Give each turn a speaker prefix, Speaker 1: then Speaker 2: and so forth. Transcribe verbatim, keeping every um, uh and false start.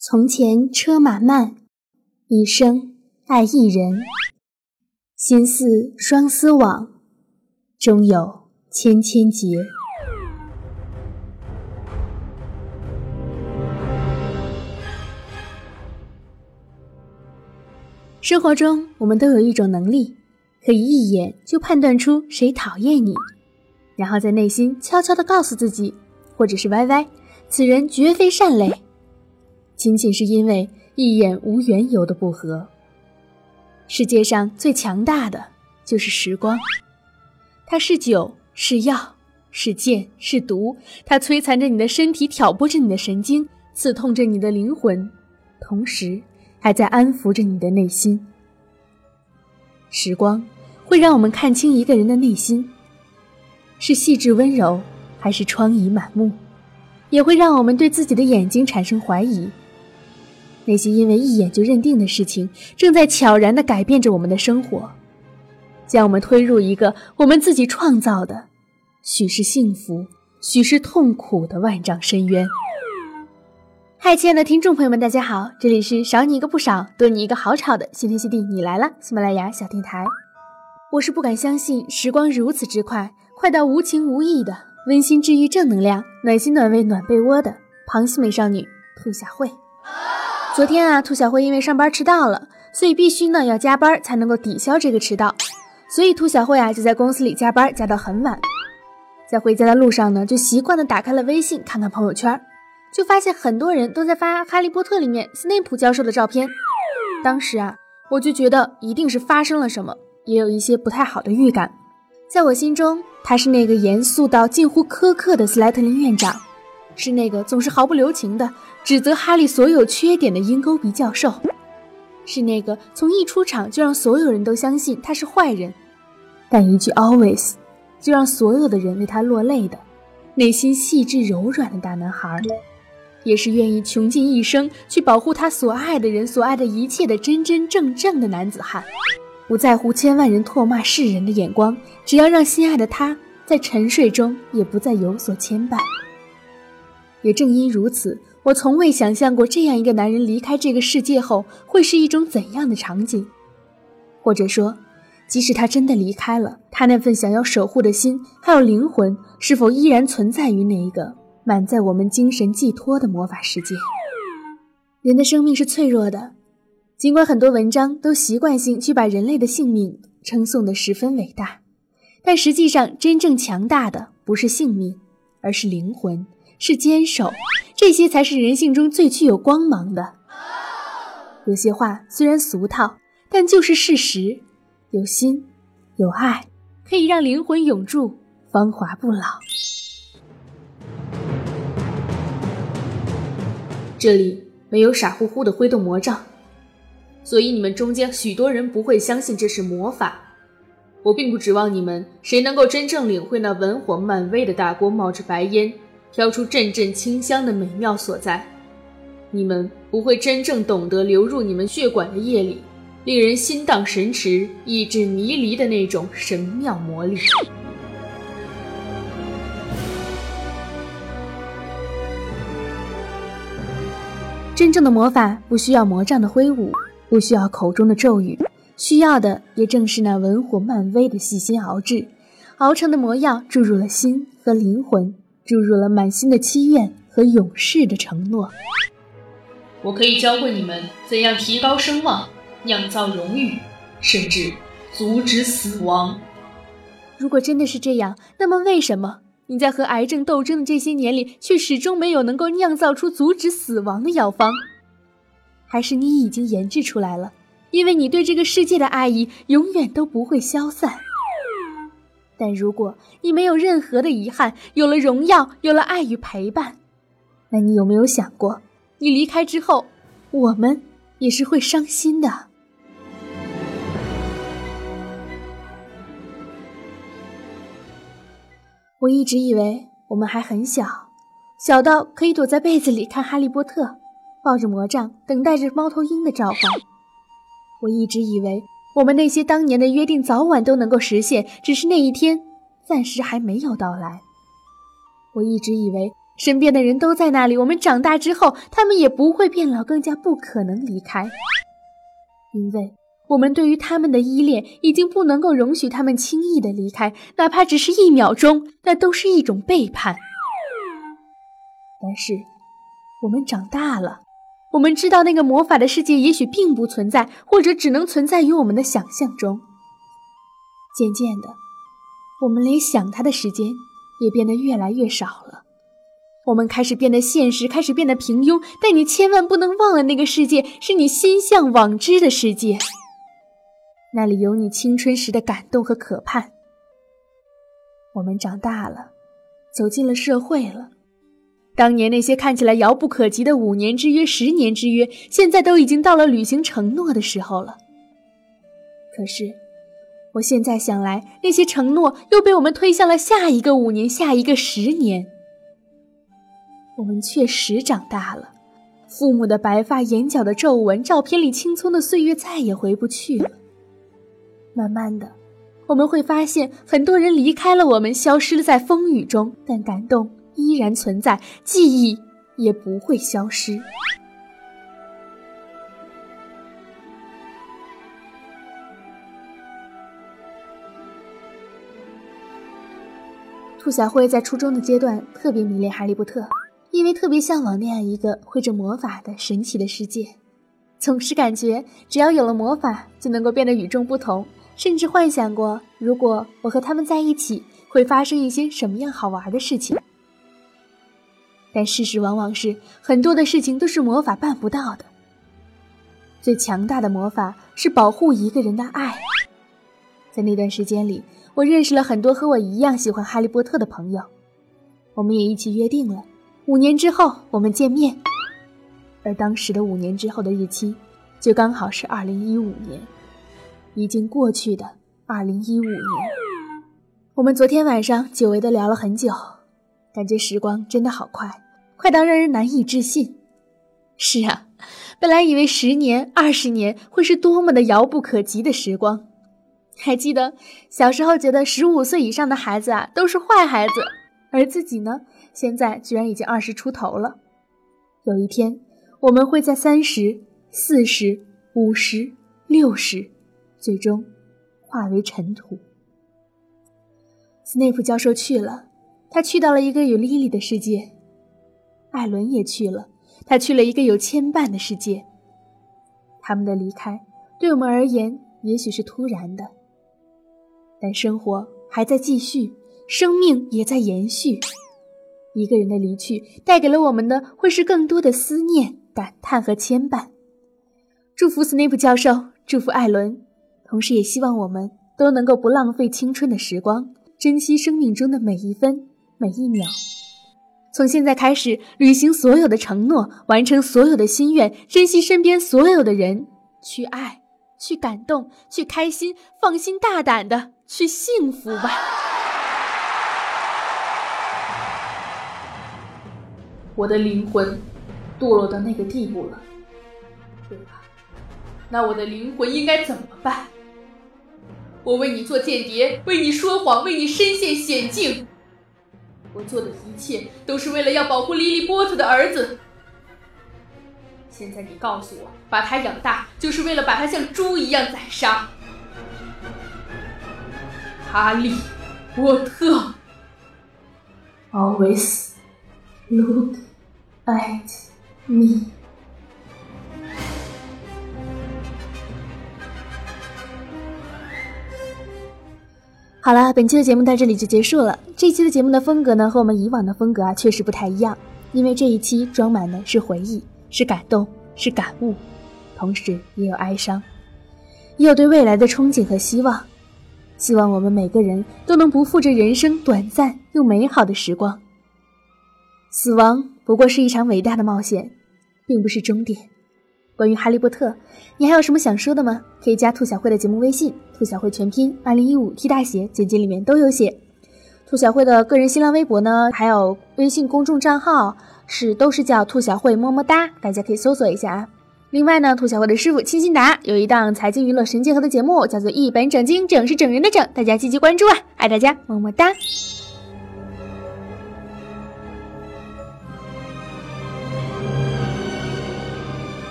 Speaker 1: 从前车马慢，一生爱一人。心似双丝网，终有千千结。生活中，我们都有一种能力，可以一眼就判断出谁讨厌你，然后在内心悄悄地告诉自己，或者是歪歪，此人绝非善类，仅仅是因为一眼无缘由的不合。世界上最强大的就是时光，它是酒，是药，是剑，是毒，它摧残着你的身体，挑拨着你的神经，刺痛着你的灵魂，同时还在安抚着你的内心。时光会让我们看清一个人的内心，是细致温柔，还是疮痍满目，也会让我们对自己的眼睛产生怀疑。那些因为一眼就认定的事情，正在悄然地改变着我们的生活，将我们推入一个我们自己创造的，许是幸福，许是痛苦的万丈深渊。嗨，亲爱的听众朋友们，大家好，这里是少你一个不少，多你一个好吵的谢天谢地你来了喜马拉雅小电台。我是不敢相信时光如此之快，快到无情无义的，温馨治愈正能量，暖心暖胃暖被窝的螃蟹美少女兔小慧。昨天啊，兔小慧因为上班迟到了，所以必须呢要加班才能够抵消这个迟到，所以兔小慧啊就在公司里加班加到很晚。在回家的路上呢，就习惯的打开了微信看看朋友圈，就发现很多人都在发哈利波特里面斯内普教授的照片。当时啊，我就觉得一定是发生了什么，也有一些不太好的预感。在我心中，他是那个严肃到近乎苛刻的斯莱特林院长，是那个总是毫不留情的指责哈利所有缺点的鹰钩鼻教授，是那个从一出场就让所有人都相信他是坏人，但一句 always 就让所有的人为他落泪的内心细致柔软的大男孩，也是愿意穷尽一生去保护他所爱的人所爱的一切的真真正正的男子汉，不在乎千万人唾骂世人的眼光，只要让心爱的他在沉睡中也不再有所牵绊。也正因如此，我从未想象过这样一个男人离开这个世界后会是一种怎样的场景。或者说，即使他真的离开了，他那份想要守护的心还有灵魂，是否依然存在于那一个满载我们精神寄托的魔法世界？人的生命是脆弱的，尽管很多文章都习惯性去把人类的性命称颂得十分伟大，但实际上真正强大的不是性命，而是灵魂，是坚守，这些才是人性中最具有光芒的。有些话虽然俗套，但就是事实，有心有爱，可以让灵魂永驻，芳华不老。这里没有傻乎乎的挥动魔杖，所以你们中间许多人不会相信这是魔法。我并不指望你们谁能够真正领会那文火漫威的大锅冒着白烟飘出阵阵清香的美妙所在，你们不会真正懂得流入你们血管的夜里令人心荡神驰意志迷离的那种神妙魔力。真正的魔法不需要魔杖的挥舞，不需要口中的咒语，需要的也正是那文火漫威的细心熬制，熬成的魔药注入了心和灵魂，注入了满心的期愿和永世的承诺。我可以教会你们怎样提高声望，酿造荣誉，甚至阻止死亡。如果真的是这样，那么为什么你在和癌症斗争的这些年里，却始终没有能够酿造出阻止死亡的药方？还是你已经研制出来了，因为你对这个世界的爱意永远都不会消散。但如果你没有任何的遗憾，有了荣耀，有了爱与陪伴，那你有没有想过，你离开之后，我们也是会伤心的。我一直以为我们还很小，小到可以躲在被子里看哈利波特，抱着魔杖等待着猫头鹰的召唤。我一直以为我们那些当年的约定早晚都能够实现，只是那一天暂时还没有到来。我一直以为身边的人都在那里，我们长大之后，他们也不会变老，更加不可能离开。因为我们对于他们的依恋已经不能够容许他们轻易的离开，哪怕只是一秒钟，那都是一种背叛。但是我们长大了，我们知道那个魔法的世界也许并不存在，或者只能存在于我们的想象中。渐渐的，我们连想它的时间也变得越来越少了。我们开始变得现实，开始变得平庸，但你千万不能忘了，那个世界是你心向往之的世界，那里有你青春时的感动和渴盼。我们长大了，走进了社会了。当年那些看起来遥不可及的五年之约、十年之约，现在都已经到了履行承诺的时候了。可是我现在想来，那些承诺又被我们推向了下一个五年，下一个十年。我们确实长大了，父母的白发，眼角的皱纹，照片里青葱的岁月再也回不去了。慢慢的，我们会发现很多人离开了我们，消失在风雨中，但感动依然存在，记忆也不会消失。兔小慧在初中的阶段特别迷恋哈利波特，因为特别向往那样一个会着魔法的神奇的世界，总是感觉只要有了魔法就能够变得与众不同，甚至幻想过如果我和他们在一起会发生一些什么样好玩的事情。但事实往往是很多的事情都是魔法办不到的。最强大的魔法是保护一个人的爱。在那段时间里，我认识了很多和我一样喜欢哈利波特的朋友，我们也一起约定了五年之后我们见面。而当时的五年之后的日期就刚好是二零一五年，已经过去的二零一五年。我们昨天晚上久违地聊了很久，感觉时光真的好快，快到让人难以置信。是啊，本来以为十年、二十年会是多么的遥不可及的时光。还记得小时候觉得十五岁以上的孩子啊都是坏孩子，而自己呢，现在居然已经二十出头了。有一天，我们会在三十、四十、五十、六十，最终化为尘土。斯内普教授去了，他去到了一个有莉莉的世界。艾伦也去了，他去了一个有牵绊的世界。他们的离开对我们而言也许是突然的，但生活还在继续，生命也在延续。一个人的离去带给了我们的会是更多的思念、感叹和牵绊。祝福斯内普教授，祝福艾伦，同时也希望我们都能够不浪费青春的时光，珍惜生命中的每一分每一秒。从现在开始，履行所有的承诺，完成所有的心愿，珍惜身边所有的人，去爱，去感动，去开心，放心大胆的去幸福吧。我的灵魂堕落到那个地步了，对吧？那我的灵魂应该怎么办？我为你做间谍，为你说谎，为你身陷险境，我做的一切都是为了要保护莉莉波特的儿子。现在你告诉我，把他养大就是为了把他像猪一样宰杀。哈利波特 Always look at me。 好了，本期的节目到这里就结束了。这一期的节目的风格呢，和我们以往的风格啊确实不太一样，因为这一期装满的是回忆，是感动，是感悟，同时也有哀伤，也有对未来的憧憬和希望。希望我们每个人都能不负着人生短暂又美好的时光。死亡不过是一场伟大的冒险，并不是终点。关于哈利波特，你还有什么想说的吗？可以加兔小慧的节目微信，兔小慧全拼二零一五 T 大写，简介里面都有写。兔小慧的个人新浪微博呢，还有微信公众账号是都是叫兔小慧么么哒，大家可以搜索一下啊。另外呢，兔小慧的师傅清新达有一档财经娱乐神结合的节目，叫做一本正经，整是整人的整，大家积极关注啊，爱大家，么么哒。